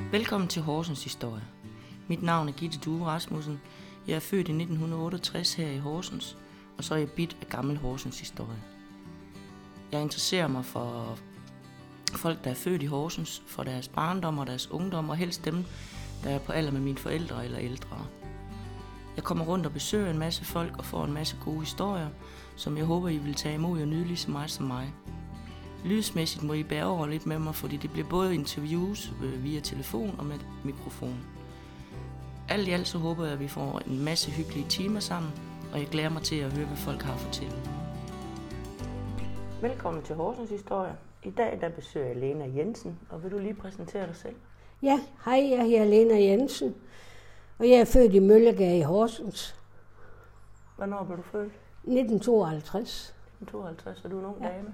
Velkommen til Horsens Historie. Mit navn er Gitte Due Rasmussen. Jeg er født i 1968 her i Horsens, og så er jeg bit af gammel Horsens historie. Jeg interesserer mig for folk, der er født i Horsens, for deres barndom og deres ungdom, og helst dem, der er på alder med mine forældre eller ældre. Jeg kommer rundt og besøger en masse folk og får en masse gode historier, som jeg håber, I vil tage imod og nyde lige så meget som mig. Lydsmæssigt må I bære over lidt med mig, fordi det bliver både interviews via telefon og med mikrofon. Alt i alt så håber jeg, at vi får en masse hyggelige timer sammen, og jeg glæder mig til at høre, hvad folk har at fortælle. Velkommen til Horsens Historie. I dag der besøger jeg Lena Jensen, og vil du lige præsentere dig selv? Ja, hej, jeg hedder Lena Jensen, og jeg er født i Møllegade i Horsens. Hvornår blev du født? 1952. 1952, er du en ung dame?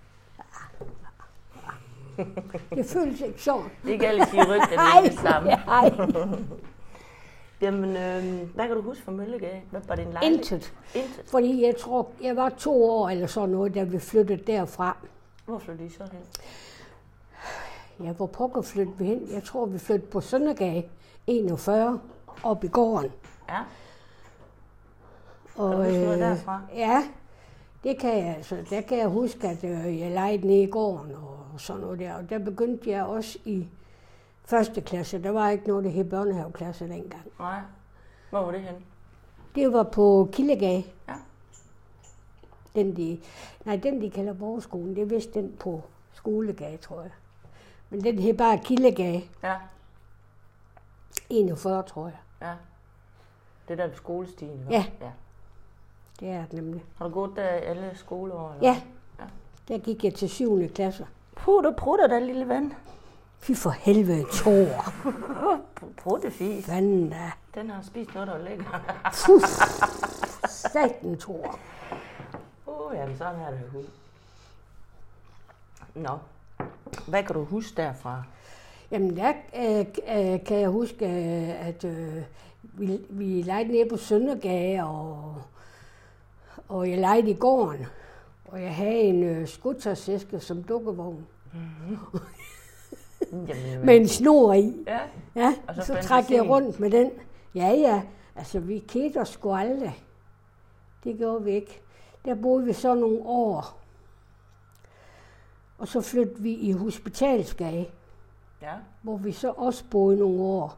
Det føles ikke sådan. Det er ikke alle de rygter, det er det samme. Nej. Jamen, hvad kan du huske fra Møllegade? Hvad var det en lejlighed? Intet. Intet? Fordi jeg tror, jeg var 2 år eller sådan noget, da vi flyttede derfra. Hvor flyttede I så hen? Ja, hvor pokker flyttede vi hen? Jeg tror, vi flyttede på Søndergade 41 op i gården. Ja. Og, kan du huske noget derfra? Ja, det kan jeg. Altså, der kan jeg huske, at jeg legede nede i gården og sådan noget der. Og der begyndte jeg også i 1. klasse. Der var ikke noget, der hed børnehaveklasse dengang. Nej. Hvor var det henne? Det var på Kildegade. Ja. Den de kalder Borgerskolen, det er vist den på Skolegade, tror jeg. Men den hed bare Kildegade. Ja. 41, tror jeg. Ja. Det der ved skolestien, ikke? Ja. Ja. Det er det nemlig. Har du gået der alle skoleår? Eller? Ja. Der gik jeg til 7. klasse. Puh, du prutter da, lille ven. Fy for helvede, Thor. Pruttefis. Fanden da. Den har spist noget, der er lækker. Puh. Satan, Thor. Jamen sådan er det jo. Nå. Hvad kan du huske derfra? Jamen, der kan jeg huske, at vi legede nede på Søndergade, og jeg legede i gården. Og jeg havde en skuttersæske som dukkevogn. Mm-hmm. Med en snor i. Ja. Ja, og så trak jeg rundt med den. Ja. Altså, vi kedte os sgu aldrig. Det gjorde vi ikke. Der boede vi så nogle år. Og så flyttede vi i Hospitalsgade. Ja. Hvor vi så også boede nogle år.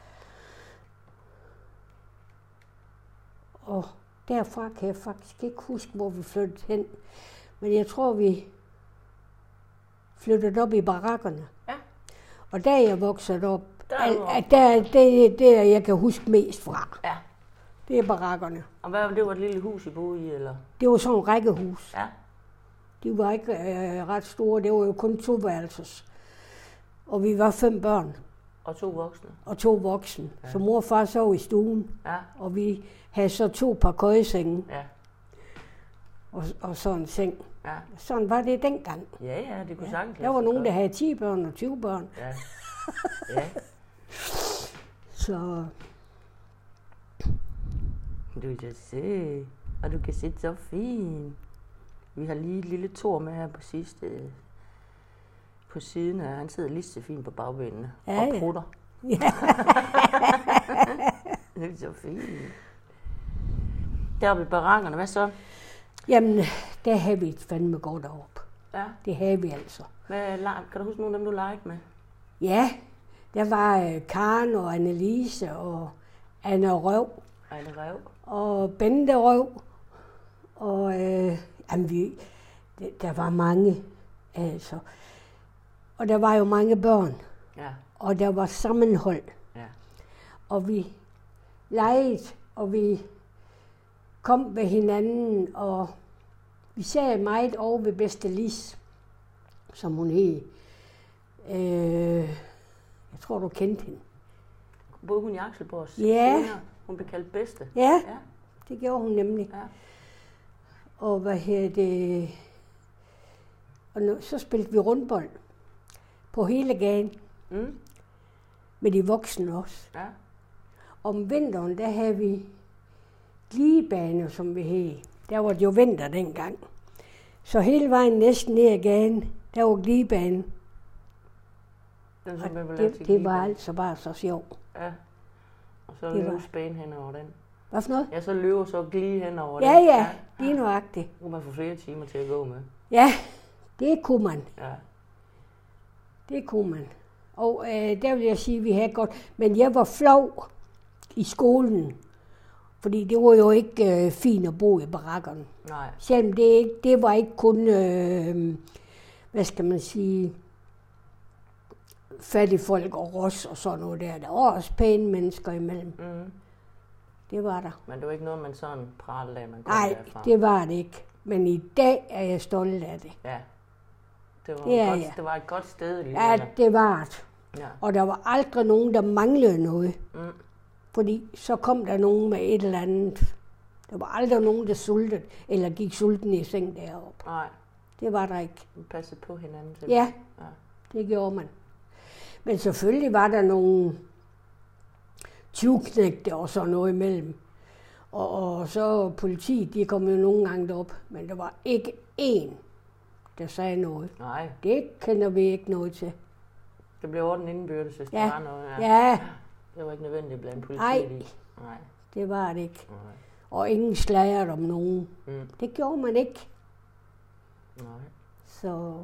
Og derfra kan jeg faktisk ikke huske, hvor vi flyttede hen. Men jeg tror, vi flyttede op i barakkerne. Ja. Og der jeg voksede op, det er jeg kan huske mest fra. Ja. Det er barakkerne. Og hvad var det? Var et lille hus, I boede i, eller? Det var sådan en rækkehus. Ja. De var ikke ret store, det var jo kun 2 værelses. Og vi var 5 børn. Og 2 voksne? Og 2 voksne. Ja. Så mor og far sov i stuen. Ja. Og vi havde så 2 par køjesenge. Ja. Og sådan en seng. Ja. Sådan var det dengang. Ja, det kunne sagtens. Der var nogen, der havde 10 børn og 20 børn. Ja. Ja. Så... Du kan se, og du kan sidde så fint. Vi har lige et lille Thor med her på siden af. Han sidder lige så fint på bagbenene og prutter. Ja. Det er så fint. Deroppe i barakkerne, hvad så? Jamen, der havde vi et fandme godt op. Ja. Det havde vi altså. Kan du huske nogle af dem, du legede med? Ja, der var Karen og Annelise og Anna Røv. Anna Røv. Og Bente Røv. Og der var mange, altså. Og der var jo mange børn. Ja. Og der var sammenhold. Ja. Og vi legede, og vi kom ved hinanden, og vi sad meget over ved Bedste Lis, som hun hed. Jeg tror, du kendte hende. Boede hun i Akselborgs? Ja. Hun blev kaldt Bedste? Ja, det gjorde hun nemlig. Ja. Og og så spillede vi rundbold på hele gaden. Mm. Med de voksne også. Ja. Om vinteren, der havde vi glidebane, som vi hed. Der var det jo vinter dengang. Så hele vejen næsten ned ad gaden, der var glidebanen. Det var altså bare så sjovt. Ja. Og så løbe spæne hen over den. Hvad for noget? Ja, så løbe så glide hen over den. Ja, det er nøjagtigt. Nu kan man få flere timer til at gå med. Ja, det kunne man. Ja. Det kunne man. Og der vil jeg sige, at vi havde godt. Men jeg var flov i skolen. Fordi det var jo ikke fint at bo i barakkerne. Nej. Selvom det var ikke kun, hvad skal man sige, fattige folk og ros og sådan noget der. Der var også pæne mennesker imellem. Mm. Det var der. Men det var ikke noget, man sådan pralede af, man kom derfra? Nej, det var det ikke. Men i dag er jeg stolt af det. Ja. Det var et godt sted lige. Ja, det var det. Ja. Og der var aldrig nogen, der manglede noget. Mm. Fordi så kom der nogen med et eller andet. Der var aldrig nogen, der sultede, eller gik sulten i seng deroppe. Nej. Det var der ikke. Man passede på hinanden. Ja, det gjorde man. Men selvfølgelig var der nogle tyvknægte og sådan noget imellem. Og så politiet, de kom jo nogle gange derop, men der var ikke én, der sagde noget. Nej. Det kender vi ikke noget til. Det blev orden indbyrdes, hvis der var noget. Ja. Det var ikke nødvendigt blandt politiet. Nej, det var det ikke. Nej. Og ingen slagede om nogen. Mm. Det gjorde man ikke. Nej. Så...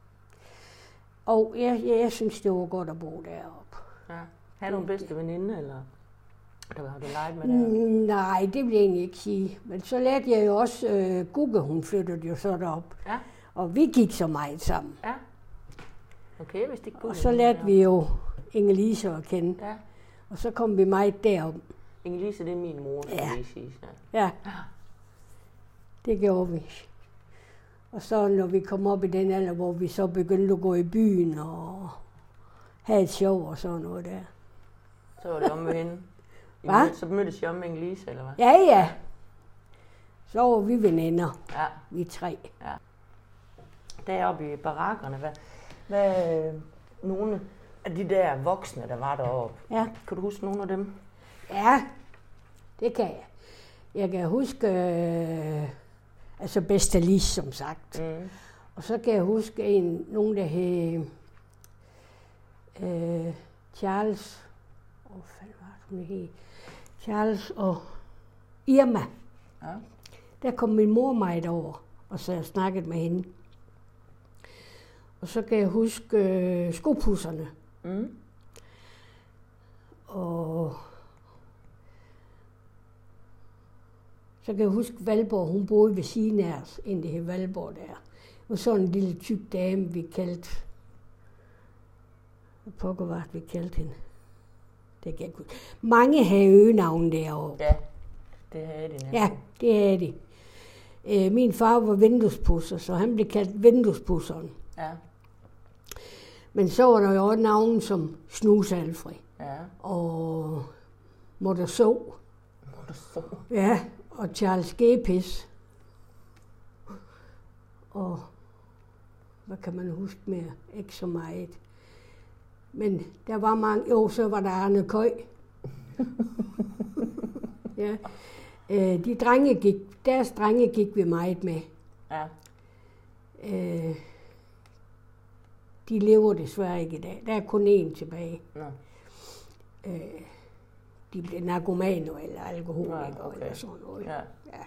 Og jeg synes, det var godt at bo deroppe. Ja. Havde du en bedste veninde, eller har du leget med der? Nej, det vil jeg egentlig ikke sige. Men så lærte jeg jo også, Gugge, hun flyttede jo så derop. Ja. Og vi gik så meget sammen. Ja. Okay, hvis det ikke kunne. Og så lærte vi jo Inge-Lise at kende. Ja. Og så kom vi meget derop. Inge-Lise, det er min mor, ja. Sige. Ja. Det gjorde vi. Og så når vi kom op i den alder, hvor vi så begyndte at gå i byen og have et sjov og sådan noget der. Så var det om med hende? Så mødtes I om med Inge-Lise, eller hvad? Ja. Så var vi veninder. Ja. Vi 3. Ja. Deroppe i barakkerne, hvad nogle af de der voksne, der var deroppe, kan du huske nogle af dem? Ja, det kan jeg. Jeg kan huske, altså Bedste Lis, som sagt. Mm. Og så kan jeg huske nogen, der hed Charles, hvad fanden var det, hun hed? Charles og Irma. Ja. Der kom min mor meget over, og så jeg snakkede med hende. Og så kan jeg huske skopusserne. Mm. Og så kan jeg huske Valborg, hun boede ved siden af os, inden det hed Valborg der. Og så en lille tyk dame, vi kaldte. Hvad pokker var det, vi kaldte hende? Det kan jeg ikke. Mange havde øgenavn derovre. Ja, det havde de nemlig. Ja, det havde de. Min far var vinduespusser, så han blev kaldt vinduespusseren. Ja. Men så var der jo også navne som Snus Alfred. Ja. Og Mutter Så. Ja, og Charles Gepis. Og hvad kan man huske mere? Ikke så meget. Men der var mange. Jo, så var der Arne Køj. Ja. Deres drenge gik vi meget med. Ja. De lever desværre ikke i dag. Der er kun én tilbage. Ja. De blev narkomaner eller alkoholikere eller sådan noget. Ja. Ja.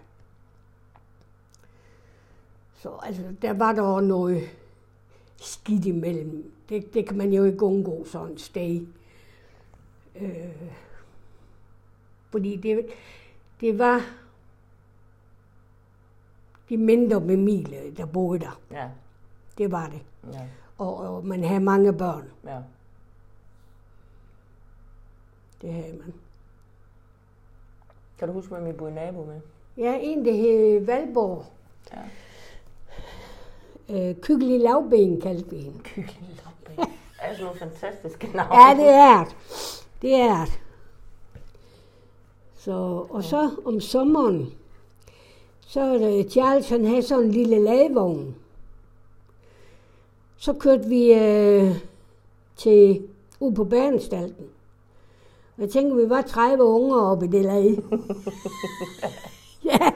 Så altså, der var der også noget skidt imellem. Det kan man jo ikke undgå sådan et sted. Fordi det var de mindre bemidlede, der boede der. Ja. Det var det. Ja. Og man havde mange børn. Ja. Det havde man. Kan du huske, hvem I boede nabo med? Ja, en, der hed Valborg. Ja. Kykkelig Lavben kaldte vi hende. Kykkelig Lavben. Det er sådan nogle fantastiske navne. Ja, det er det. Det er det. Så om sommeren, så Charles, han havde sådan en lille ladevogn. Så kørte vi ud på banestalten. Og jeg tænkte, vi var 30 unger oppe i det lag. Ja.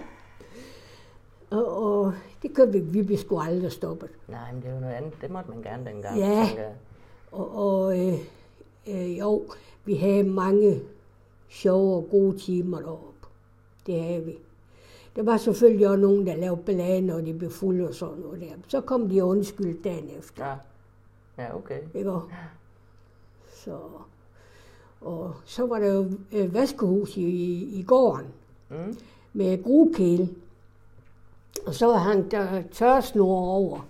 Og det kørte vi blev sgu aldrig stoppet. Nej, men det er jo noget andet. Det måtte man gerne dengang. Ja. Jo, vi havde mange sjove og gode timer deroppe. Det havde vi. Der var selvfølgelig også nogen, der lavede ballade, når de blev fulde og sådan noget der. Så kom de undskyld dagen efter. Ja. Ja, okay. Ikke? Og så var der jo vaskehus i gården med grugekæle. Og så hang der tørresnor over,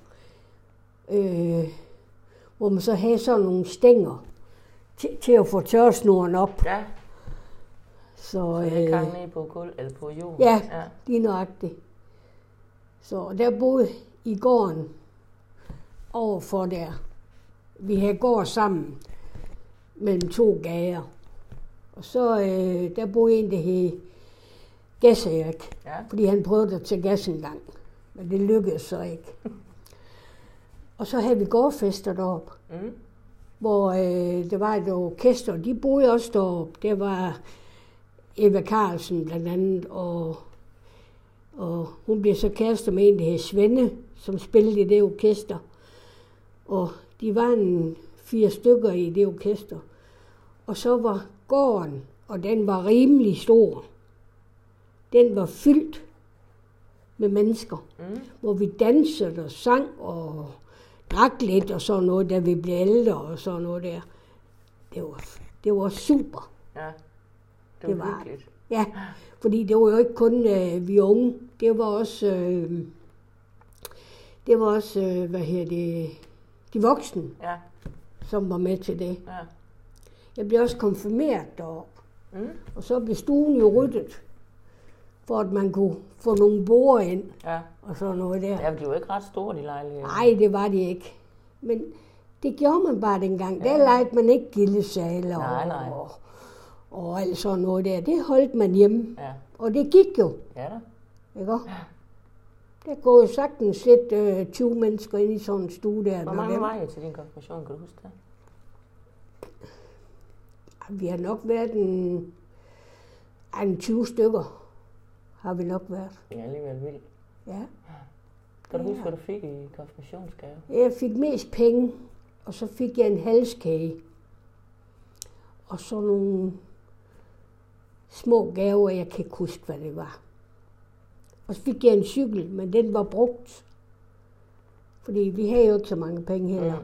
hvor man så havde sådan nogle stænger til at få tørresnoren op. Ja. Så det hang ned på kul eller på jorden. Ja, lige nøjagtigt. Så der boede i gården overfor der. Vi havde gård sammen mellem 2 gader. Og så der boede en, der hed Gas-Erik, fordi han prøvede at tage gas en gang. Men det lykkedes så ikke. Og så havde vi gårdfester deroppe, hvor der var et orkester, de boede også deroppe. Der var Eva Carlsen blandt andet, og hun blev så kærester med en, der hed Svende, som spillede i det orkester. Og de var 4 stykker i det orkester. Og så var gården, og den var rimelig stor. Den var fyldt med mennesker, hvor vi dansede og sang og drak lidt og sådan noget, da vi blev ældre og sådan noget der. Det var super. Ja, det var hyggeligt. Ja, fordi det var jo ikke kun vi unge. Det var også, de voksne, som var med til det. Ja. Jeg blev også konfirmeret deroppe. Og så blev stuen jo ryddet, for at man kunne få nogle borde ind, og sådan noget der. Ja, de var ikke ret store, de lejligheder. Nej, det var de ikke. Men det gjorde man bare dengang. Der legede man ikke gildesaler og alt sådan noget der. Det holdt man hjemme. Ja. Og det gik jo. Ja da. Ikke? Der går jo sagtens lidt 20 mennesker ind i sådan en stue der. Hvor mange var I til din konfirmation, kan du huske det? Vi har nok været en 20 stykker. Har vi nok været. Det er alligevel vildt. Ja. Kan du huske, hvad du fik i konfirmationsgave? Jeg fik mest penge, og så fik jeg en halskage. Og så nogle små gaver, jeg kan ikke huske, hvad det var. Og så fik jeg en cykel, men den var brugt. Fordi vi havde jo ikke så mange penge heller.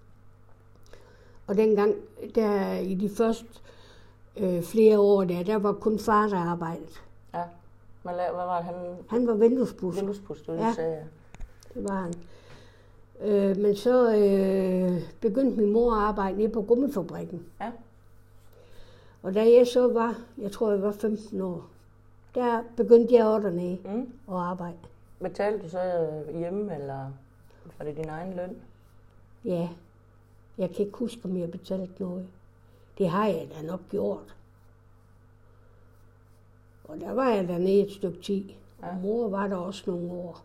Og dengang, der i de første flere år der var kun far, der arbejdede. Ja. Hvad var han? Han var vinduespudser. Vinduespudser, det sagde jeg. Det var han. Men så begyndte min mor at arbejde nede på gummifabrikken. Ja. Og da jeg så var, jeg tror jeg var 15 år, der begyndte jeg også dernede at arbejde. Betalte du så hjemme, eller var det din egen løn? Ja. Jeg kan ikke huske, om jeg betalte noget. Det har jeg da nok gjort. Og der var jeg dernede et stykke tid. Og mor var der også nogle år.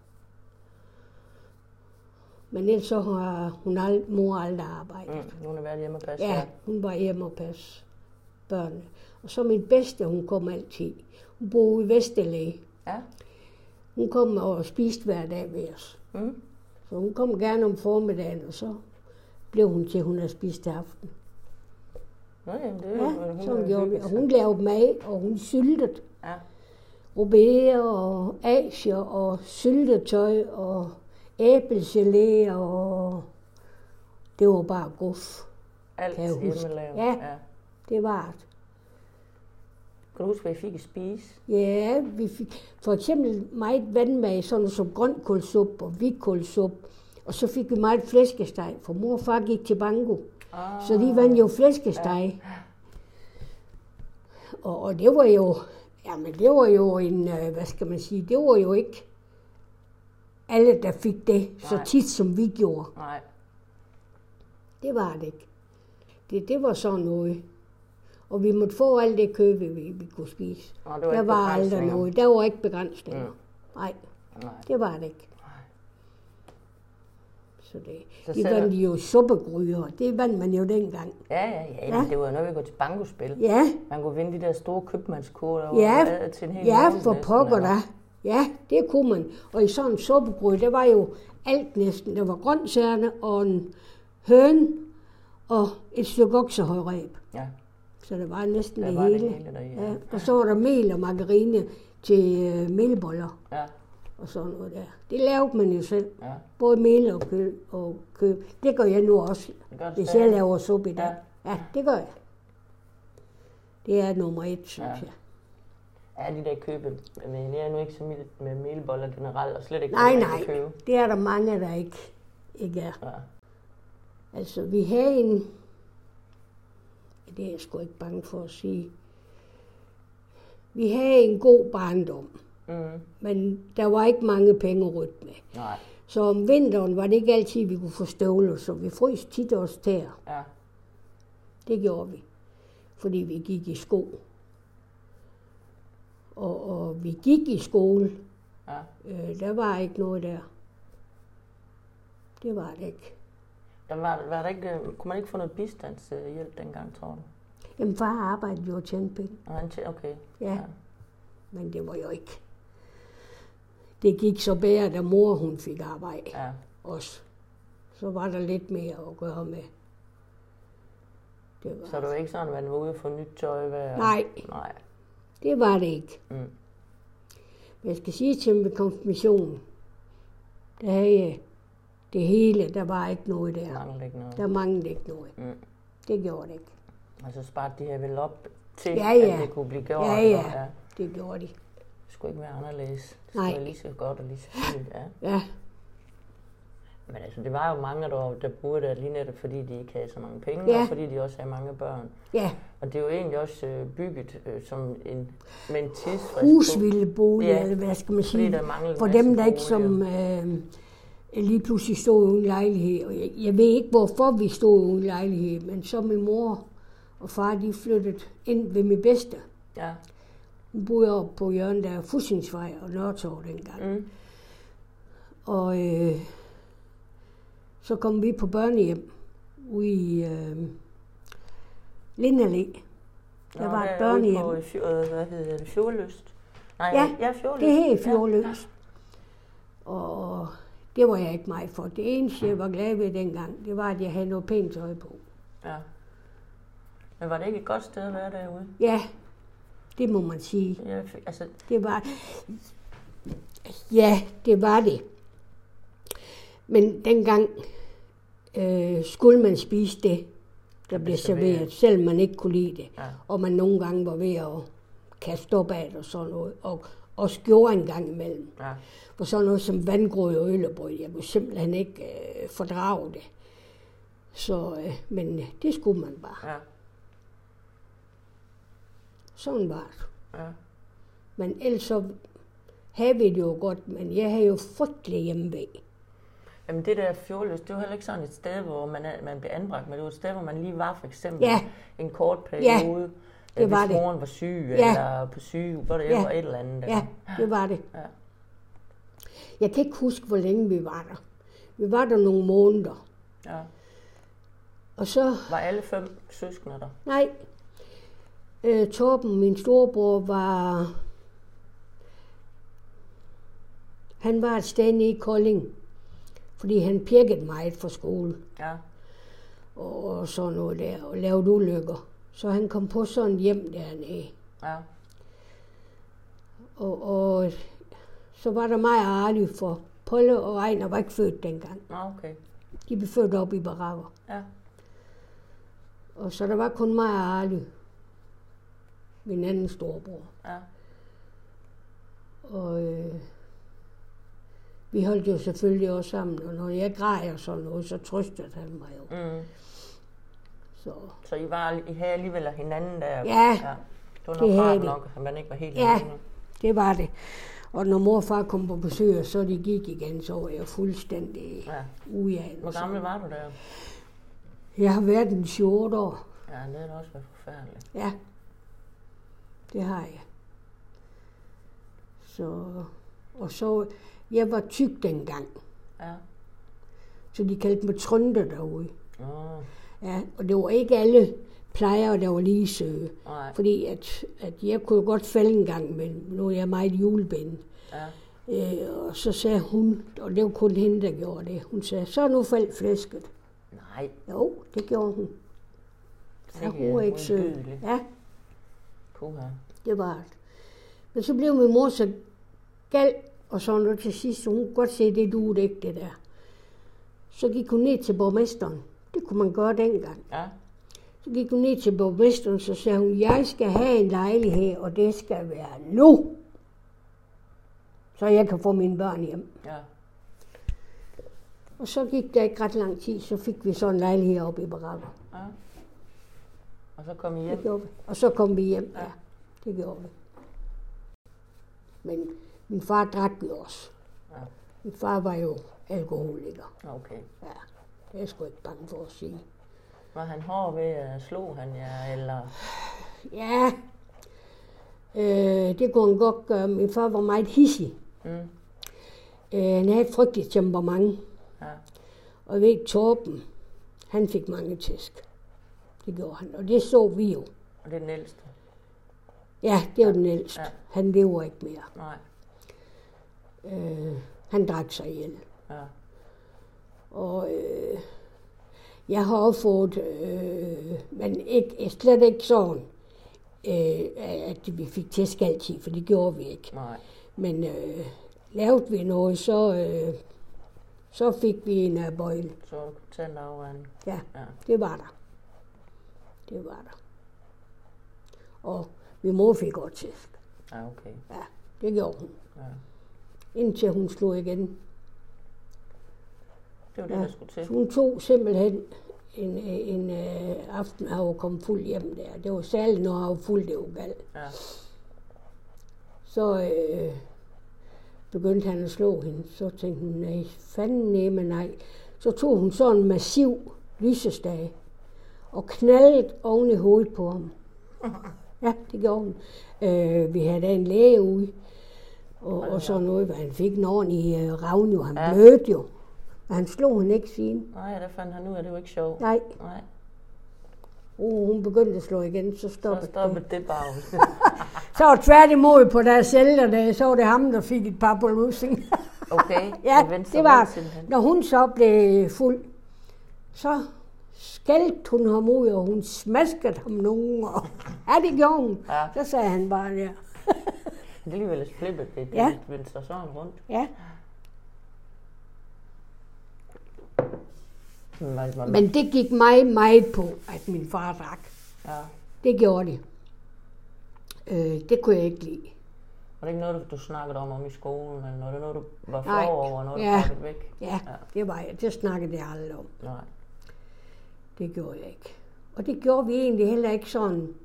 Men ellers så har mor aldrig arbejdet. Hun har været hjemme og passe? Ja, hun var hjemme og passe børnene. Og så min bedste, hun kom altid. Hun boede i Vesterlæge. Ja. Hun kom og spiste hver dag ved os. Så hun kom gerne om formiddagen, og så blev hun til, hun havde spist til aften. Nå, jamen, det sådan gjorde vi. Og hun lavede mad, og hun syltede. Ja. Rubéer og asier og syltetøj og æblegelé, og det var bare guf. Alt hjemmelavet? Ja, det var det. Kan du huske, hvad I fik at spise? Ja, vi fik for eksempel meget vandmad, sådan som grønkålsuppe og hvidkålsuppe. Og så fik vi meget flæskesteg, for mor og far gik til banko. Så de vandt jo flæskesteg. Ja. Og det var jo, det var jo en, hvad skal man sige, det var jo ikke alle, der fik det så tit, som vi gjorde. Nej. Det var det ikke. Det var sådan noget. Og vi måtte få alt det kød, vi kunne spise. Der var aldrig noget. Der var ikke begrænsninger. Nej, det var det ikke. Så det vandt de jo suppegryder. Det vandt man jo dengang. Ja. Det var jo noget, vi går til bankospil. Ja. Man kunne vinde de der store købmandskort og til en hel for pokker da. Ja, det kunne man. Og i sådan en suppegryde, der var jo alt næsten. Der var grøntsagerne og en høne og et stykke oksehøjræb. Ja. Så det var næsten det var hele. Det hele der, ja. Ja. Og så var der mel og margarine til melboller. Ja. Og sådan noget der. Det lavede man jo selv. Ja. Både mel og køb. Det gør jeg nu også, hvis jeg laver suppe i dag. Ja, det gør jeg. Det er nummer 1, synes jeg. Ja, de der købe, men jeg er nu ikke så mild med melboller generelt, og slet ikke nej, købe. Det er der mange, der ikke er. Ja. Altså, vi havde en, det er jeg sgu ikke bange for at sige, vi havde en god barndom, men der var ikke mange penge rødt med. Nej. Så om vinteren var det ikke altid, vi kunne få støvler, så vi frøs tit også tæer. Ja. Det gjorde vi, fordi vi gik i sko. Og vi gik i skole. Ja. Der var ikke noget der. Det var det ikke. Var der ikke, kunne man ikke få noget bistandshjælp dengang, tror du? Jamen, far arbejdede jo og tjente penge. Okay. Ja, men det var jo ikke. Det gik så bedre, da mor hun fik arbejde. Ja. Også. Så var der lidt mere at gøre med. Det var så det var ikke sådan, at man var ude og få nyt tøj? Nej. Det var det ikke. Men jeg skal sige til med konfirmationen, der havde jeg det hele, der var ikke noget der. Der manglede ikke noget. Det gjorde det ikke. Og så sparte de her vel op til, at det kunne blive gjort? Ja, det gjorde de. Det skulle ikke være anderledes. Det skulle være lige så godt og lige så fint, Ja. Men altså, det var jo mange, der boede der lige netop, fordi de ikke havde så mange penge, og fordi de også havde mange børn. Ja. Og det er jo egentlig også bygget som med en tidsfrist. Husvildebolig, eller hvad skal man sige, for dem, der ikke som lige pludselig stod uden lejlighed. Og jeg ved ikke, hvorfor vi stod uden lejlighed, men så min mor og far, de flyttede ind ved min bedste. Ja. Hun boede oppe på hjørnet der Fussingsvej og Nørretorv dengang. Og så kom vi på børnehjem ude i Lindallé. Der var et børnehjem. Ude på, hvad hedder det, Fjordlyst? Fjordlyst. Det hed Fjordlyst. Ja. Og det var jeg ikke meget for. Det eneste, jeg var glad ved dengang, det var, at jeg havde noget pænt tøj på. Ja. Men var det ikke et godt sted at være derude? Ja, det må man sige. Ja, altså... det var det. Men dengang skulle man spise det, der blev serveret, selvom man ikke kunne lide det. Ja. Og man nogle gange var ved at kaste op af det og sådan noget. Og også gjorde en gang imellem. Ja. For sådan noget som vandgrød og øllebrød, jeg kunne simpelthen ikke fordrage det. Så, men det skulle man bare. Ja. Sådan var det. Ja. Men ellers så havde vi det jo godt, men jeg havde jo frygtelig hjemmeved. Jamen det der Fjordlyst, det var heller ikke sådan et sted, hvor man blev anbragt, men det var et sted, hvor man lige var for eksempel en kort periode. Ja, det var hvis moren var syg, eller på syge, hvor det var et eller andet. Ja, det var det. Ja. Jeg kan ikke huske, hvor længe vi var der. Vi var der nogle måneder. Ja. Og så... Var alle 5 søskende der? Nej. Torben, min storebror, han var et sted nede i Kolding, fordi han pirkede meget for skole. Ja. Og sådan noget der, og lavede ulykker. Så han kom på sådan hjem dernede. Ja. Og så var der mig og Arly, for Polle og Ejner var ikke født dengang. Okay. De blev født op i barakker. Ja. Og så der var kun mig og Arly, min anden storebror. Ja. Og vi holdt jo selvfølgelig også sammen, og når jeg græd og sådan noget, så trøstede han mig jo. Så I havde alligevel hinanden der? Ja, det var nok rart nok, at man ikke var helt hinanden. Ja, det var det. Og når mor og far kom på besøg, og så de gik igen, så var jeg fuldstændig ude af. Hvor gammel var du der? Jeg har været en 7-8 år. Ja, det har da også været forfærdeligt. Ja, det har jeg. Så jeg var tyk dengang. Ja. Så de kaldte mig Trønde derude. Ja, og det var ikke alle plejere, der var lige søge. Fordi at jeg kunne godt falde en gang, men nu er jeg meget julebændet. Ja. Og så sagde hun, og det var kun hende, der gjorde det. Hun sagde, så er nu faldt flæsket. Nej. Jo, det gjorde hun. Ja, hun er ikke sød. Ja. Puha. Det var det. Men så blev min mor så gal, og så noget til sidst, så hun kunne godt se, det duede ikke, det der. Så gik hun ned til borgmesteren. Det kunne man gøre dengang. Ja. Så gik hun ned til borgmesteren, så sagde hun, jeg skal have en lejlighed, og det skal være nu. Så jeg kan få mine børn hjem. Ja. Og så gik der ikke ret lang tid, så fik vi så en lejlighed oppe i Barakker. Ja. Og så kom I hjem? Det gjorde vi. Og så kom vi hjem, ja. Det gjorde vi. Men min far drak jo også. Ja. Min far var jo alkoholiker. Okay. Ja, det er jeg sgu ikke bange for at sige. Var han hård ved at slå han jer, eller? Ja, det kunne han godt gøre. Min far var meget hidsig. Mm. Han havde et frygteligt temperament. Ja. Og jeg ved, Torben, han fik mange tæsk. Det gjorde han, og det så vi jo. Og det er den ældste? Ja, det var den ældste. Ja. Han lever ikke mere. Nej. Han drak sig ihjel. Ja. Og jeg har også fået, men slet ikke sådan, at vi fik tæsk altid, for det gjorde vi ikke. Nej. Men lavede vi noget, så fik vi en bøjle. Så du kunne tage en afregning? Ja, det var der. Det var der. Og min mor fik godt tæsk. Ja, okay. Ja, det gjorde hun. Ja. Indtil hun slog igen. Det var det, der skulle til. Hun tog simpelthen en aften, at hun var kommet fuld hjem der. Det var særligt, når hun var fuld, det var galt. Ja. Så begyndte han at slå hende. Så tænkte hun, nej, fanden nemme, nej. Så tog hun sådan en massiv lysestage og knaldede oven i hovedet på ham. Ja, det gjorde hun. Vi havde da en læge ude, og så noget, hvad han fik en ordentlig ravn jo. Han blødte jo. Men han slog hende ikke siden. Nej, der fandt han ud af, det var ikke sjovt. Nej. Hun begyndte at slå igen, så stoppede det bare. Så var tværtimod på deres ældre, så var det ham, der fik et par på lussing. Okay, ja, det var når hun så blev fuld, så skældte hun ham ud, og hun smaskede ham nogen. Og, ja, det gjorde hun. Ja. Så sagde han bare der. Det er alligevel lidt flippet, det vendte sig sådan rundt. Ja. Men det gik mig meget på, at min far drak. Ja. Det gjorde det. Det kunne jeg ikke lide. Var det ikke noget, du snakkede om i skolen, eller noget, noget du var flov over, og noget, du pakkede væk? Ja, det var jeg. Det snakkede jeg aldrig om. Nej. Det gjorde jeg ikke. Og det gjorde vi egentlig heller ikke sådan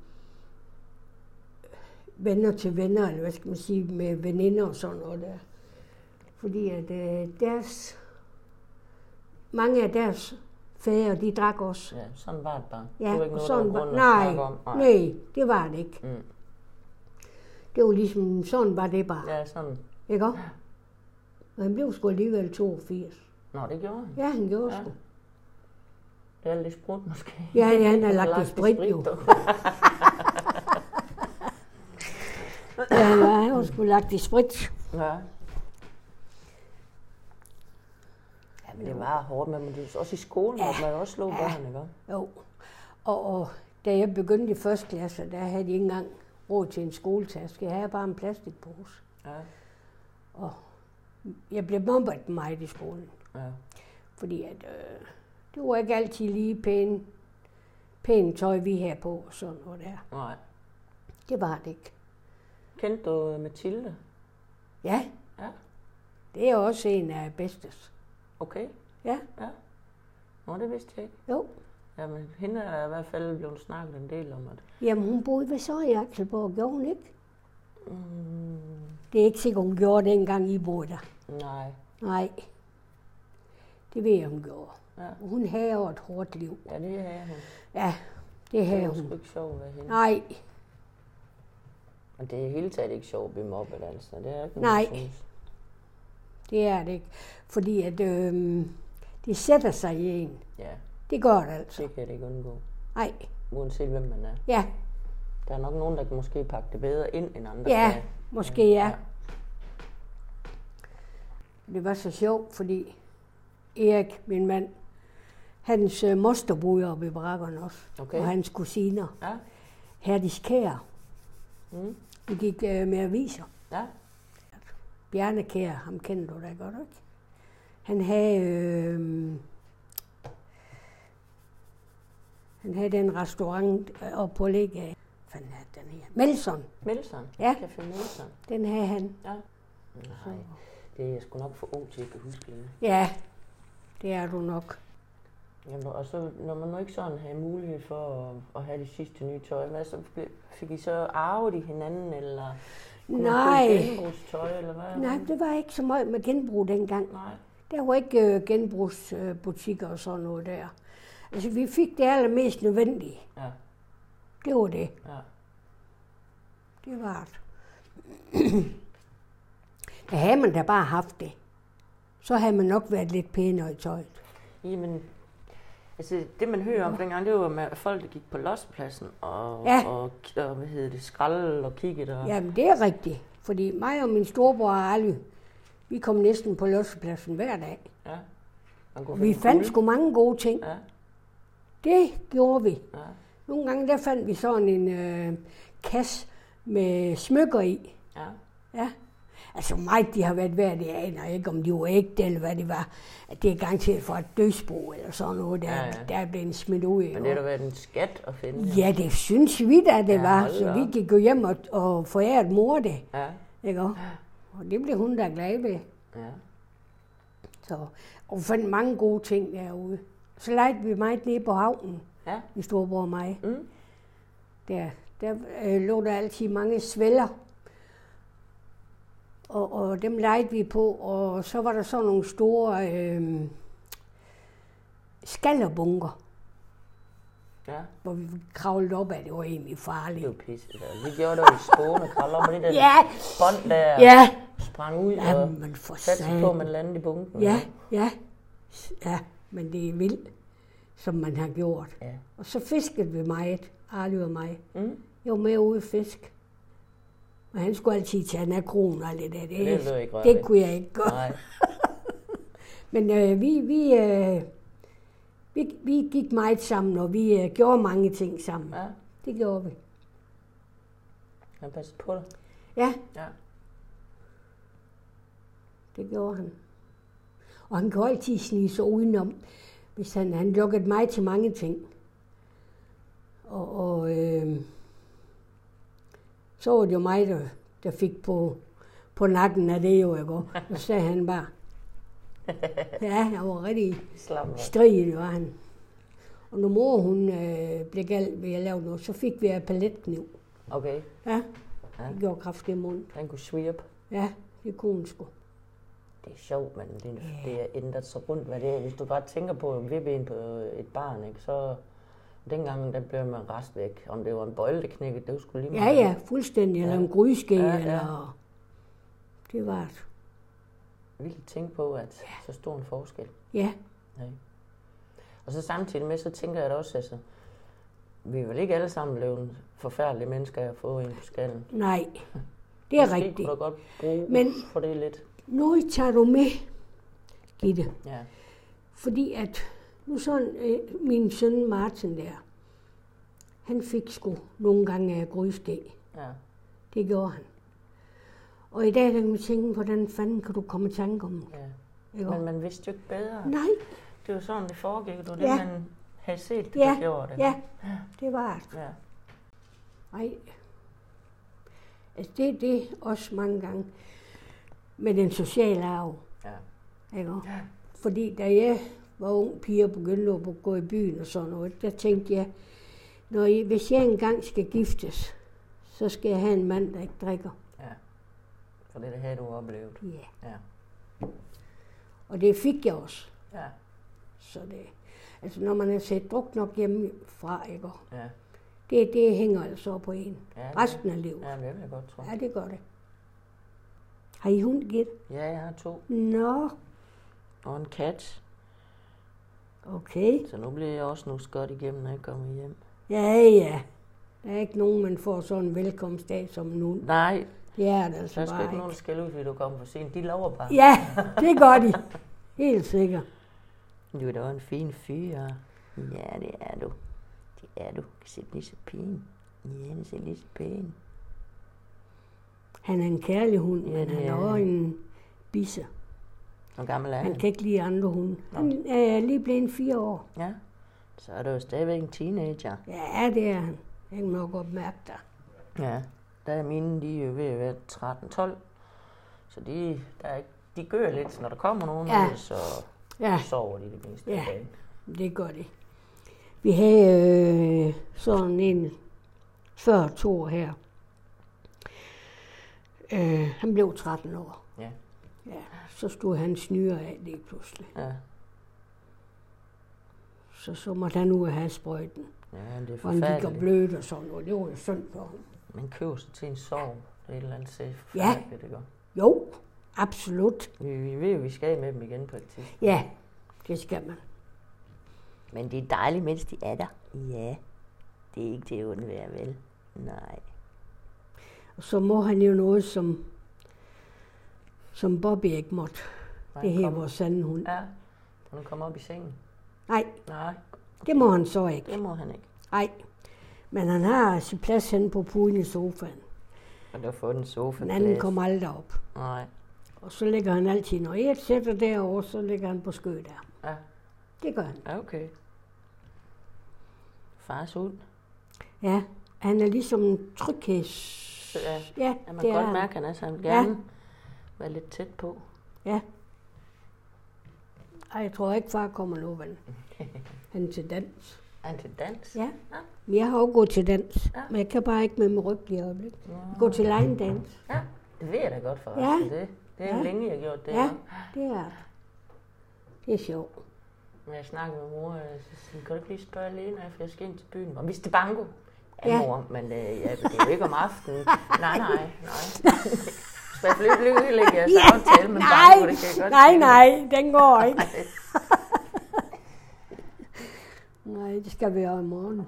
venner til venner, eller hvad skal man sige, med veninder og sådan noget der. Fordi at mange af deres fædre, de drak også. Ja, sådan var det bare. Ja, det var ikke noget, sådan der var grund at snakke om. Nej, det var det ikke. Mm. Det var ligesom, sådan var det bare. Ja, sådan. Ikke også? Og han blev sgu alligevel 82. Nå, det gjorde han? Ja, han gjorde sgu. Det er lidt sprut måske. Ja, han har lagt i sprit jo. Ja, han har sgu lagt i sprit. Ja. Men det var hårdt, men det også i skolen, at man også slog børn, ikke? Jo. Og da jeg begyndte i første klasse, der havde de ikke engang råd til en skoletaske. Jeg havde bare en plastikpose. Ja. Og jeg blev mobbet meget i skolen. Ja. Fordi at, det var ikke altid lige pænt tøj, vi havde på og sådan noget der. Nej. Det var det ikke. Kendte du Mathilde? Ja. Ja. Det er også en af bedstes. Okay. Ja. Ja. Nå, det vidste jeg ikke. Jo. Jamen, hende er i hvert fald blevet snakket en del om det. Jamen, hun boede ved så i Akselborg, gjorde hun ikke? Det er ikke sikkert, hun gjorde det, engang I boede der. Nej. Nej. Det ved jeg, hun gjorde. Ja. Hun havde jo et hårdt liv. Ja, det havde hun. Ja, det havde hun. Det var sgu ikke sjovt ved hende. Nej. Og det er i hele taget ikke sjovt at blive mobbet, altså. Det er ikke noget, synes. Det er det ikke. Fordi at det sætter sig i en. Ja. Det gør det altså. Det kan det ikke undgå. Nej. Uanset hvem man er. Ja. Der er nok nogen, der kan måske pakke det bedre ind end andre. Ja, måske ja. Det var så sjovt, fordi Erik, min mand, Hans moster boede oppe i barakkerne også. Okay. Og hans kusiner. Ja. Herdis Kjær. Vi gik med aviser. Ja. Bjarne Kjær, ham kender du da godt, ikke? Han havde den restaurant oppe på Lægge. Hvad fanden er den her? Melson. Melson? Ja. Café Melson. Den havde han. Ja. Nej, det er jeg sgu nok for ung til at huske det. Ja, det er du nok. Jamen, og så, når man nu ikke sådan havde mulighed for at have det sidste nye tøj, hvad så fik I så arvet i hinanden, eller kunne man købe genbrugstøj, eller hvad? Nej, det var ikke så meget med genbrug dengang. Nej. Der var ikke genbrugsbutikker og sådan noget der. Altså, vi fik det allermest nødvendige. Ja. Det var det. Ja. Det var det. Da havde man da bare haft det. Så havde man nok været lidt pænere i tøjet. Jamen, altså det man hører om dengang, det var med folk, der gik på lossepladsen og hvad hedder det, skralde og kiggede. Og... Jamen, det er rigtigt. Fordi mig og min storebror Ali, vi kom næsten på lossepladsen hver dag. Ja. Vi fandt sgu mange gode ting. Ja. Det gjorde vi. Ja. Nogle gange der fandt vi sådan en kasse med smykker i. Ja. Ja. Altså mig, de har været værd, jeg aner ikke, om de var ægte eller hvad det var. At det er garanteret for et dødsbo eller sådan noget, der er blevet smidt ud. Men det har da været en skat at finde. Ja, det synes vi da, det var. Så vi gik jo hjem og forærede mor det. Ja. Ikke? Og det blev hun da glad ved. Ja. Så, og vi fandt mange gode ting derude. Så legede vi meget nede på havnen, min storebror og mig. Mm. Der lå der altid mange svælder. Og dem legede vi på, og så var der sådan nogle store skallerbunker. Ja. Hvor vi kravlede op af, det var egentlig farligt. Det var pisse. Vi gjorde det jo i Skåne, kravlede op med det der bånd der, sprang ud og satte sig på, man landede i bunken. Ja, men det er vildt, som man har gjort. Ja. Og så fiskede vi meget, Arle og mig. Mm. Jeg var med ude at fisk. Og han skulle altid tage en akron og lidt af det. Det kunne jeg ikke gøre. Nej. Men vi gik meget sammen, og vi gjorde mange ting sammen. Ja. Det gjorde vi. Han passede på dig? Ja. Det gjorde han. Og han kunne altid snige sig udenom, hvis han lukkede mig til mange ting. Og så var det jo mig, der fik på nakken af det jo, ikke? Og så sagde han bare, ja, jeg var rigtig striget, var han. Og når mor, hun blev galt ved at lave noget, så fik vi en paletkniv. Okay. Ja, det gjorde kraft i munden. Han kunne svirpe. Ja, det kunne hun sgu. Det er sjovt, men det er ændret så rundt, hvad det er. Hvis du bare tænker på at vippe ind på et barn, ikke, så... Dengang, der blev man rest væk. Om det var en bøjle, der knækkede, det var sgu lige meget. Ja, fuldstændig. Eller en gryske, eller... Det var det. Vildt tænke på, at så stor en forskel. Ja. Og så samtidig med, så tænker jeg da også, altså... Vi er vel ikke alle sammen blevet forfærdelige mennesker at få ind på skallen. Nej, det er rigtigt. Måske kunne du godt bruge for det lidt. Nu tager du med, Gitte. Ja. Fordi at... Nu sådan, min søn Martin der, han fik sgu nogle gange af gryske. Ja. Det gjorde han. Og i dag der kan man tænke, hvordan fanden kan du komme i tanke om det? Ja. Men man vidste jo ikke bedre. Nej. Det var sådan, det foregik. Det var det, man havde set, det gjorde det. Ja, det var det. Ja. Nej. Altså det er også mange gange med den sociale arv. Ja. Ikke? Ja. Fordi da jeg var ung piger begyndte at gå i byen og sådan noget, der tænkte jeg, hvis jeg engang skal giftes, så skal jeg have en mand, der ikke drikker. Ja, for det havde du oplevet. Ja. Og det fik jeg også. Ja. Så det, altså når man har set druk nok hjemmefra, ikke? Ja. Det hænger altså på en. Ja, resten af livet. Ja, det vil jeg godt tro. Ja, det gør det. Har I hund, Gitte? Ja, jeg har 2. Nå. Og en kat. Okay. Så nu bliver jeg også noget godt igennem, når jeg kommer hjem. Ja. Der er ikke nogen, man får sådan en velkomstdag som nu. Nej. Det er det altså bare ikke. Der er ikke nogen, der skal ud, fordi du kommer for sent. De lover bare. Ja, det gør de. Helt sikkert. Du er da en fin fyr. Ja, det er du. Det er du. Du ser lige så pæn. Ja, det ser lige så pæn. Han er en kærlig hund, Ja, men det han er er også en bisse. Hvor gammel er Han han? kan ikke lide andre hunde. Han er lige blevet 4 år. Ja, så er du jo stadigvæk en teenager. Ja, det er han. Jeg kan nok godt mærke det. Ja, der er mine, de er jo ved at være 13-12. Så de gør lidt, når der kommer nogen, Ja. så Ja, sover de det meste Ja. af dagen. det gør det. Vi havde sådan en før 2 år her. Han blev 13 år. Ja. Ja, så stod han snyre af lige pludselig. Ja. Så måtte han ud og have sprøjten. Ja, det er Og han gik og forfærdeligt. blødt og sådan noget. Det var jo synd for ham. Man køber sig til en sorg. Det er et eller andet safe. Ja. Det gør. Jo, absolut. Vi ved jo, vi skal af med dem igen på et tidspunkt. Ja, det skal man. Men det er dejligt, mens de er der. Ja, det er ikke til at undvære, vel? Nej. Og så må han jo noget, som Bobby ikke måtte. Det her vores sande hund. Ja, når han kommer op i sengen. Nej, Nej, det må han så ikke. det må han ikke. Nej, men han har sin plads henne på puden i sofaen. Og der får den sofa. Den anden kommer aldrig op. Nej. Og så ligger han altid, når jeg sætter derovre, så ligger han på skødet der. Ja. Det gør han. Ja, okay. Fars hund. Ja, han er ligesom en trygheds... Så ja, Ja, man det kan er godt han. mærke, at han vil gerne være lidt tæt på. Ja. Ej, jeg tror ikke, far kommer nu, vel? Han er til dans. Er han til dans? Ja. Men jeg har også gået til dans. Ja. Men jeg kan bare ikke med min ryg lige øjeblik. Jeg går til line dans. Ja, det ved jeg da godt for Ja. Det er længe, jeg har gjort det. Ja, Ja. det er det. Det er sjovt. Men jeg snakkede med mor, og så siger, kan du ikke lige spørge Lena, for jeg skal ind til byen. Og vi skal banko. Ja, Ja. mor, men ja, det er jo ikke om aftenen. Nej. Så jeg blev lykkelig, jeg så aftale med banko, det kan jeg godt sige. nej, den går ikke. Nej, det skal være i morgen.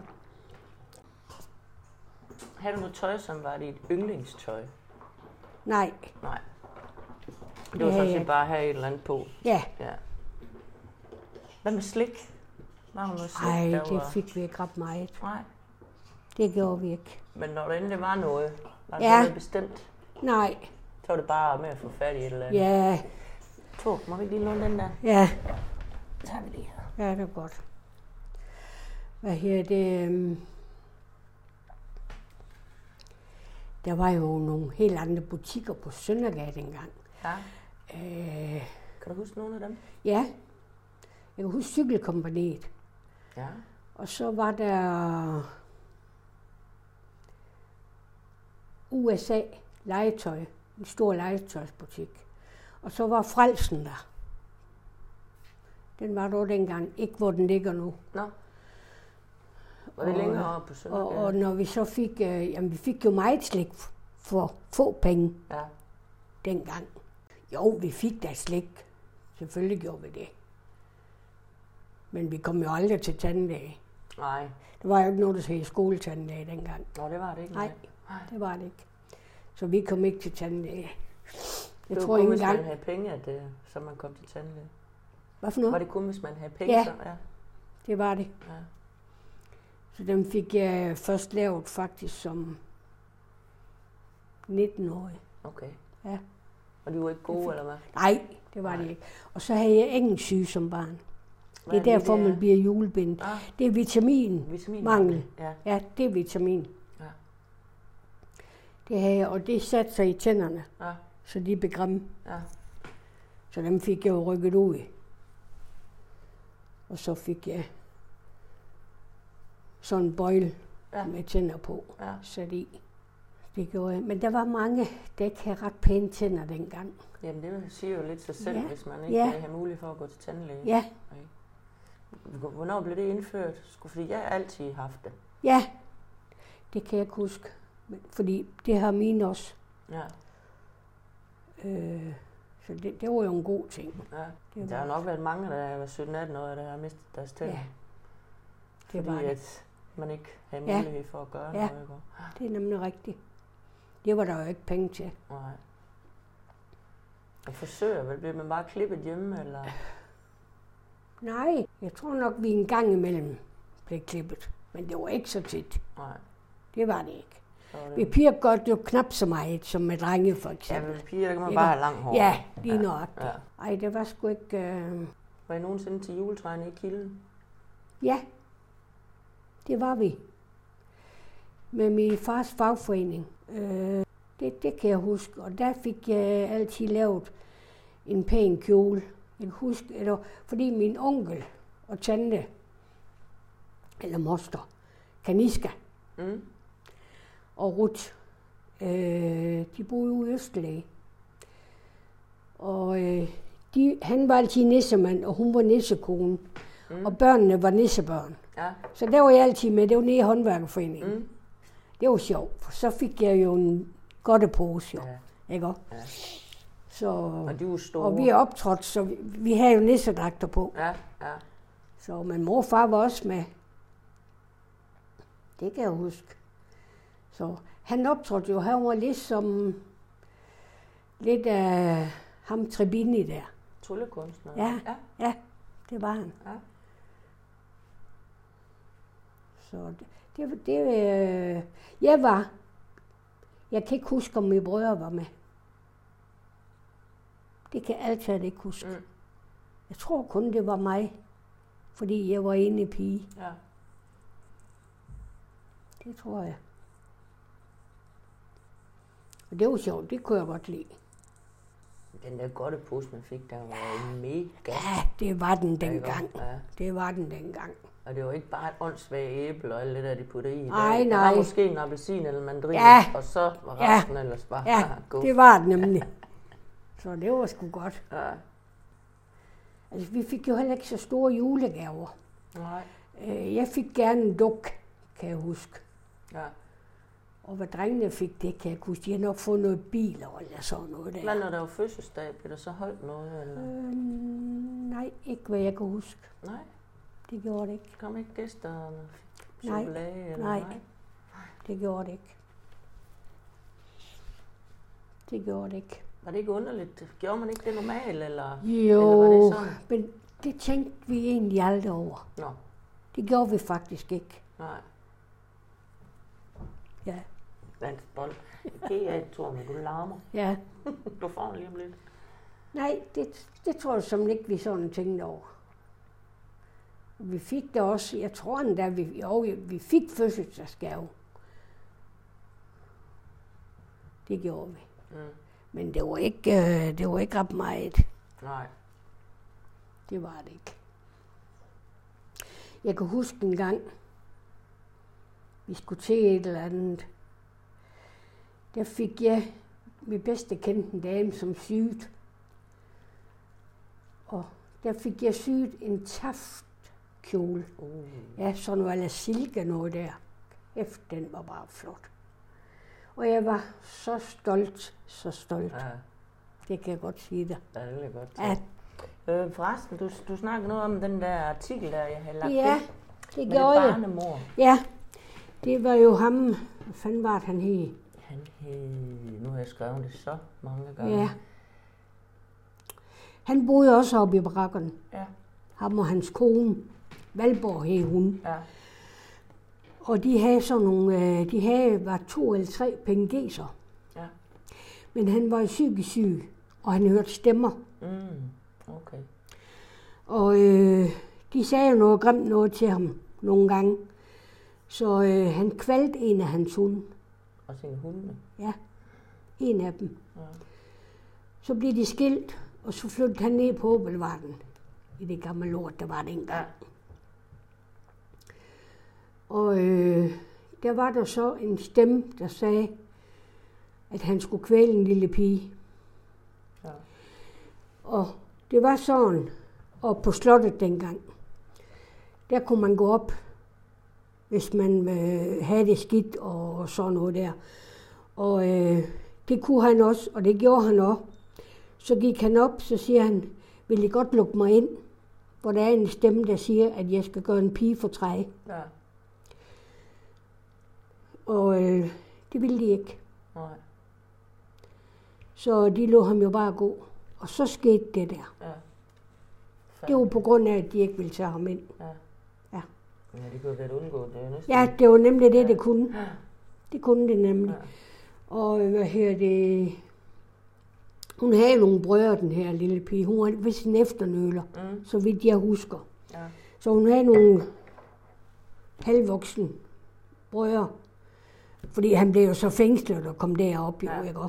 Har du noget tøj, som var dit yndlingstøj? Nej, Nej. Det var sådan set bare at have et eller andet på. ja. Ja. Hvad med slik? Var der noget slik, Ej, der det var... fik vi ikke ret meget. Nej. Det gjorde vi ikke. Men når der endelig var noget, var det Ja. noget bestemt, Nej, så var det bare med at få fat i et eller andet. ja, Må vi ikke lige låne den der? ja. Så tager vi lige her. Ja, det er godt. Hvad her det? Der var jo nogle helt andre butikker på Søndergade dengang. Ja. Øh, Kan du huske nogle af dem? ja, jeg kan huske Cykelkompaniet. Ja. Og så var der USA legetøj, en stor legetøjsbutik. Og så var Frelsen der. Den var der dengang, ikke hvor den ligger nu. Nå. Var det længere oppe på Søndergade? Og når vi så fik, vi fik jo meget slik for få penge Ja. dengang. Jo, vi fik da slik. Selvfølgelig gjorde vi det. Men vi kom jo aldrig til tandlæge. Nej. Der var jo ikke noget, der hed skoletandlæge dengang. Nå, det var det ikke. Nej, det var det ikke. Så vi kom ikke til tandlæge. Jeg Det tror var kun, ikke hvis engang... man havde penge, at så man kom til tandlæge. Hvad for noget? Var det kun, hvis man havde penge? Ja. Så? Ja. Det var det. Ja. Så dem fik jeg først lavet faktisk som 19-årig. Okay. Ja. Og de var ikke gode, eller hvad? Nej, det var det ikke. Og så havde jeg engelsyge som barn. Hvad Det er derfor, man bliver julebindet. Ah. Det er Vitamin. mangel. Ja. Ja, det er vitamin. Ja. Det havde jeg, og det satte sig i tænderne, Ja. så de blev grimme. Ja. Så dem fik jeg jo rykket ud. Og så fik jeg sådan en bøjle med tænder på, sat i. Det gjorde jeg. Men der var mange, der ikke havde ret pæne tænder dengang. Jamen det siger jo lidt sig selv, Ja. hvis man ikke har mulighed for at gå til tandlæge. Ja, Hvornår blev det indført? Fordi jeg har altid haft det. ja, det kan jeg ikke huske. Fordi det har mine også. Ja. Så det var jo en god ting. Ja. Der har nok været mange, der er 17-18 år, der har mistet deres tænder. Ja, det var fordi det. at man ikke havde mulighed for at gøre noget. Ikke? Det er nemlig rigtigt. Det var der jo ikke penge til. Nej. Og forsøger vel, bliver man bare klippet hjemme, eller? Nej, jeg tror nok, vi en gang imellem blev klippet. Men det var ikke så tit. Nej. Det var det ikke. Det. Vi piger godt jo knap så meget, som med drenge for eksempel. Ja, men piger kan man bare have lang hår. Ja, lige nok. Ja. Ej, det var sgu ikke... Var I nogensinde til juletræerne i Kilden? Ja, det var vi. Med min fars fagforening. Det kan jeg huske. Og der fik jeg altid lavet en pæn kjole. Jeg kan huske, fordi min onkel og tante, eller moster, Kaniska og Ruth, de boede ude i Østerlæge. Og han var altid nissemand, og hun var nissekone. Og børnene var nissebørn. Ja. Så der var jeg altid med. Det var nede i håndværkerforeningen. Det var sjovt, for så fik jeg jo en godtepose, jo. Ja. Ikke også? Ja. Så, og de var store. Og vi er optrådt, så vi havde jo nissedragter på. Ja, ja. Så min mor og far var også med. Det kan jeg huske. Så han optrådte jo, han var lidt af ham Trebini der. Tryllekunstner. Ja, det var han. Ja. Så jeg kan ikke huske, om mine brødre var med. Det kan jeg altid ikke huske. Jeg tror kun, det var mig, fordi jeg var ene pige. Ja. Det tror jeg. Og det var sjovt, det kunne jeg godt lide. Den der godtepose, man fik, der var mega. Ja, det var den dengang. Ja. Det var den dengang. Og det var ikke bare et åndssvagt æble og alt det der, de puttede i. Nej. Der var måske en appelsin eller mandarin, og så var resten ellers bare god. Det var det nemlig. Så det var sgu godt. Ja. Altså, vi fik jo heller ikke så store julegaver. Nej. Jeg fik gerne en duk, kan jeg huske. Ja. Og hvad drengene fik, det kan jeg huske. De har nok fået noget biler eller sådan noget der. Hvad når der var fødselsdag? Blev der så holdt noget? Eller? Nej, ikke hvad jeg kan huske. Nej. Det gjorde det ikke. Kom ikke gæster og chokolade? Eller nej, det gjorde det ikke. Det gjorde det ikke. Var det ikke underligt? Gjorde man ikke det normalt, eller? Jo, eller var det sådan? Men det tænkte vi egentlig aldrig over. Nå. Det gjorde vi faktisk ikke. Nej. Ja. Vandt bold. Jeg tror, men du larmer. Ja. Du får lige om lidt. Nej, det tror jeg som ikke, vi sådan tænkte over. Vi fik det også, jeg tror endda, vi fik fødselsdagsgave. Det gjorde vi. Men det var ikke ret meget. Nej. Det var det ikke. Jeg kan huske en gang, vi skulle til et eller andet. Der fik jeg min bedste kendte en dame som syet. Og der fik jeg syet en taftkjole. Ja, sådan noget silke noget der. Efter den var bare flot. Og jeg var så stolt. Ja. Det kan jeg godt sige dig. Ja, det vil jeg godt sige. Forresten, du snakkede noget om den der artikel, der jeg havde lagt det med gjorde jeg. Barnemor. Ja, det var jo ham. Hvad fanden var det, han hed? Han hed... Nu har jeg skrevet det så mange gange. Ja. Han boede også oppe i barakken. Ja. Ham og hans kone. Valborg hed hun. Ja. Og de havde sådan nogle... var 2 eller 3 pengeser. Ja. Men han var psykisk syg, og han hørte stemmer. Okay. Og de sagde jo noget grimt noget til ham nogle gange. Så han kvalte en af hans hunde. Og sine hunde? Ja, en af dem. Ja. Så blev de skilt, og så flyttede han ned på Åbelvarden. I det gamle lort, der var dengang. Ja. Og der var der så en stemme, der sagde, at han skulle kvæle en lille pige. Ja. Og det var sådan, og på slottet dengang, der kunne man gå op, hvis man havde det skidt og sådan noget der. Og det kunne han også, og det gjorde han også. Så gik han op, så siger han, vil I godt lukke mig ind? Hvor der er en stemme, der siger, at jeg skal gøre en pige for træ. Ja. Og det ville de ikke. Nej. Så de lå ham jo bare gå. Og så skete det der. Ja. Det var på grund af, at de ikke ville tage ham ind. Ja. Ja. Ja, det kunne have undgået det næsten. Ja, det var nemlig det, det kunne. Det kunne det nemlig. Ja. Og hvad her det... Hun havde nogle brødre, den her lille pige. Hun var ved sin efternøler, så vidt jeg husker. Ja. Så hun havde nogle halvvoksne brødre. Fordi han blev jo så fængslet og kom derop, jo, ikke?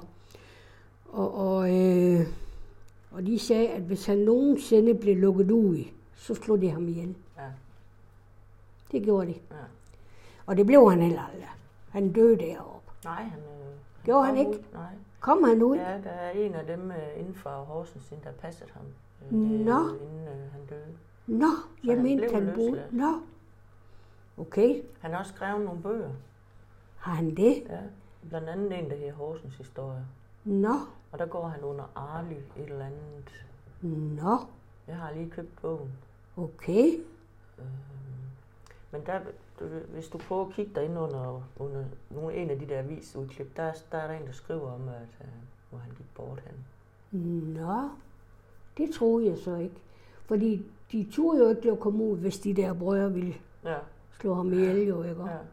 Og de sagde, at hvis han nogensinde blev lukket ud, så slog de ham ihjel. Ja. Det gjorde de. Ja. Og det blev han heller aldrig. Han døde deroppe. Nej, han gjorde han ikke? Ud. Nej. Kom han ud? Ja, der er en af dem inden for Horsens, der passede ham, Nå. inden han døde. Nå, jeg mente han boede. Nå. Okay. Han har også skrevet nogle bøger. Har han det? Ja, blandt andet en, der hedder Horsens historie. Nå. Og der går han under Arly et eller andet. Nå. Jeg har lige købt bogen. Okay. Men der, hvis du prøver at kigge derinde under en af de der avisudklip, der er der en, der skriver om, at hvor han gik bort hen. Nå, det troede jeg så ikke. Fordi de turde jo ikke at komme ud, hvis de der brødre ville slå ham ihjel, jo, ikke? Ja.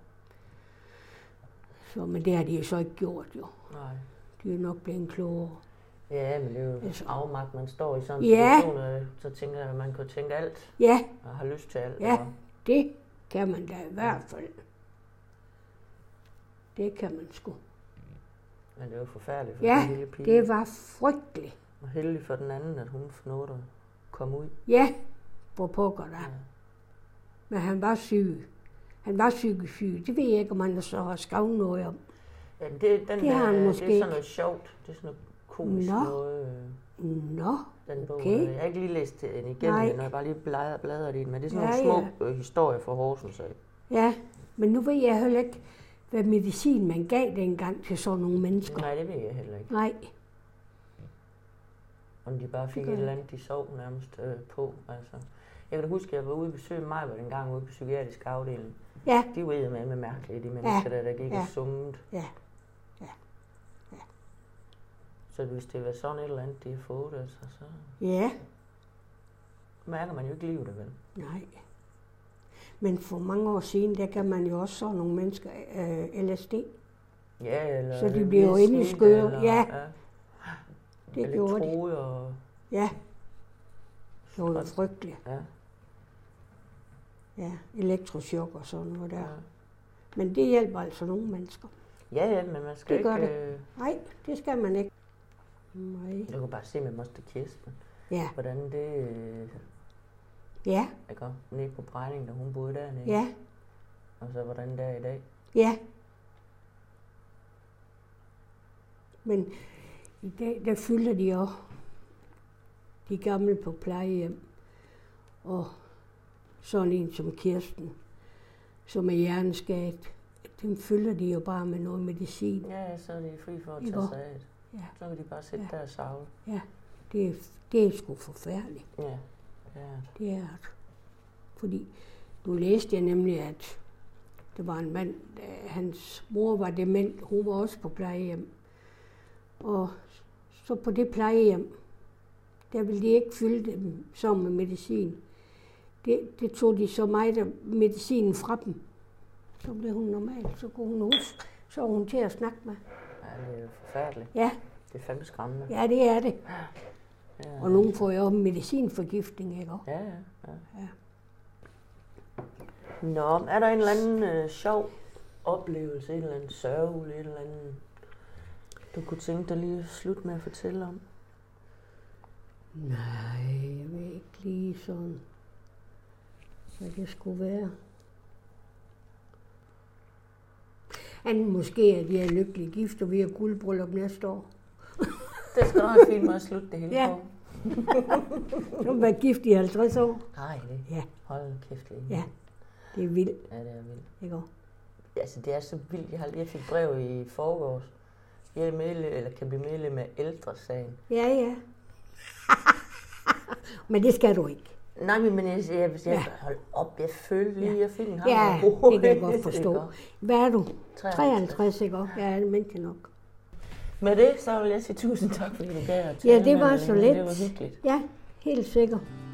Så, men det har de jo så ikke gjort, jo. Nej. De er nok blevet klogere. Ja, men det er jo afmagt, man står i sådan en situation, så tænker jeg, at man kan tænke alt. Ja. Og har lyst til alt. Ja, det kan man da i hvert fald. Det kan man sgu. Men det er jo forfærdeligt for den lille pige. Ja, det var frygteligt. Og heldig for den anden, at hun nåede at komme ud. Ja, hvor pokker der. Ja. Men han var syg. Han var psykisk syg. Det ved jeg ikke, om han så har skrevet noget om. Ja, det har han måske. Det er sådan noget sjovt. Det er sådan noget komisk noget. Nå, den bog. Okay. Jeg har ikke lige læst den igennem, når jeg bare lige bladret i den, men det er sådan nogle små historier fra Horsens. Ja, men nu ved jeg heller ikke, hvad medicin man gav dengang til sådan nogle mennesker. Nej, det ved jeg heller ikke. Nej. Om de bare fik et eller andet, de sov nærmest på. Altså. Jeg kan da huske, at jeg var ude og besøge mig en gang ude på psykiatrisk afdeling. Ja. De var eddermame med mærkelige, de mennesker, der gik og summede. Ja. Så hvis det var sådan et eller andet, de har fået, altså, så mærker man jo ikke livet, vel? Nej. Men for mange år siden, der kan man jo også så nogle mennesker LSD. Ja, eller så de bliver jo inde i skøre. Ja. Det gjorde de. Og... Ja. Det var jo frygteligt. Ja. Ja, elektrochok og sådan noget der. Ja. Men det hjælper altså nogle mennesker. Ja, men man skal det ikke... Det. Nej, det skal man ikke. Nej. Jeg kunne bare se med Moster Kirsten. Ja. Hvordan det... Ja. Ikke? Nede på Brejning, da hun boede dernede. Ja. Og så hvordan det er i dag. Ja. Men i dag, der fylder de også de gamle på plejehjem. Og sådan en som Kirsten, som er hjerneskadet, dem fylder de jo bare med noget medicin. Ja, så er de fri for at tage sig af det. Ja. Så kan de bare sætte der og savle. Ja, det er sgu forfærdeligt. Ja, det er det. Det er det. Fordi nu læste jeg nemlig, at der var en mand, hans mor var dement, hun var også på plejehjem. Og så på det plejehjem, der ville de ikke fylde dem sammen med medicin. Det tog de så meget af medicinen fra dem. Så blev hun normal, så kunne hun huske, så var hun til at snakke med. Ja, det er jo forfærdeligt. Ja. Det er fandme skræmmende. Ja, det er det. Ja. Og nogen får jo også medicinforgiftning, ikke? Ja. Nå, er der en eller anden sjov oplevelse, en eller anden sørgelig, et eller andet, du kunne tænke dig lige at slutte med at fortælle om? Nej, jeg ved ikke lige sådan, hvad det skulle være. Anden måske, at jeg er lykkelig gift, og vi har guldbryllup næste år. Det skal nok fint med at slutte det hele på. Du har været gift i 50 år. Nej, det hold kæft lige. Ja, det er vildt. Ja, det er vildt. Ikke også? Altså, det er så vildt. Jeg fik brev i forgårs. Jeg er medlem, eller kan blive medlem af Ældresagen. Ja. Men det skal du ikke. Nej, men jeg hold op, jeg følte lige, jeg fik en hammer. Ja, det kan jeg godt forstå. Hvad er du? 53, ikke også? Ja, det mente jeg nok. Med det, så vil jeg sige tusind tak, fordi du gav at tale. Ja, det var så let. Det var hyggeligt. Ja, helt sikkert.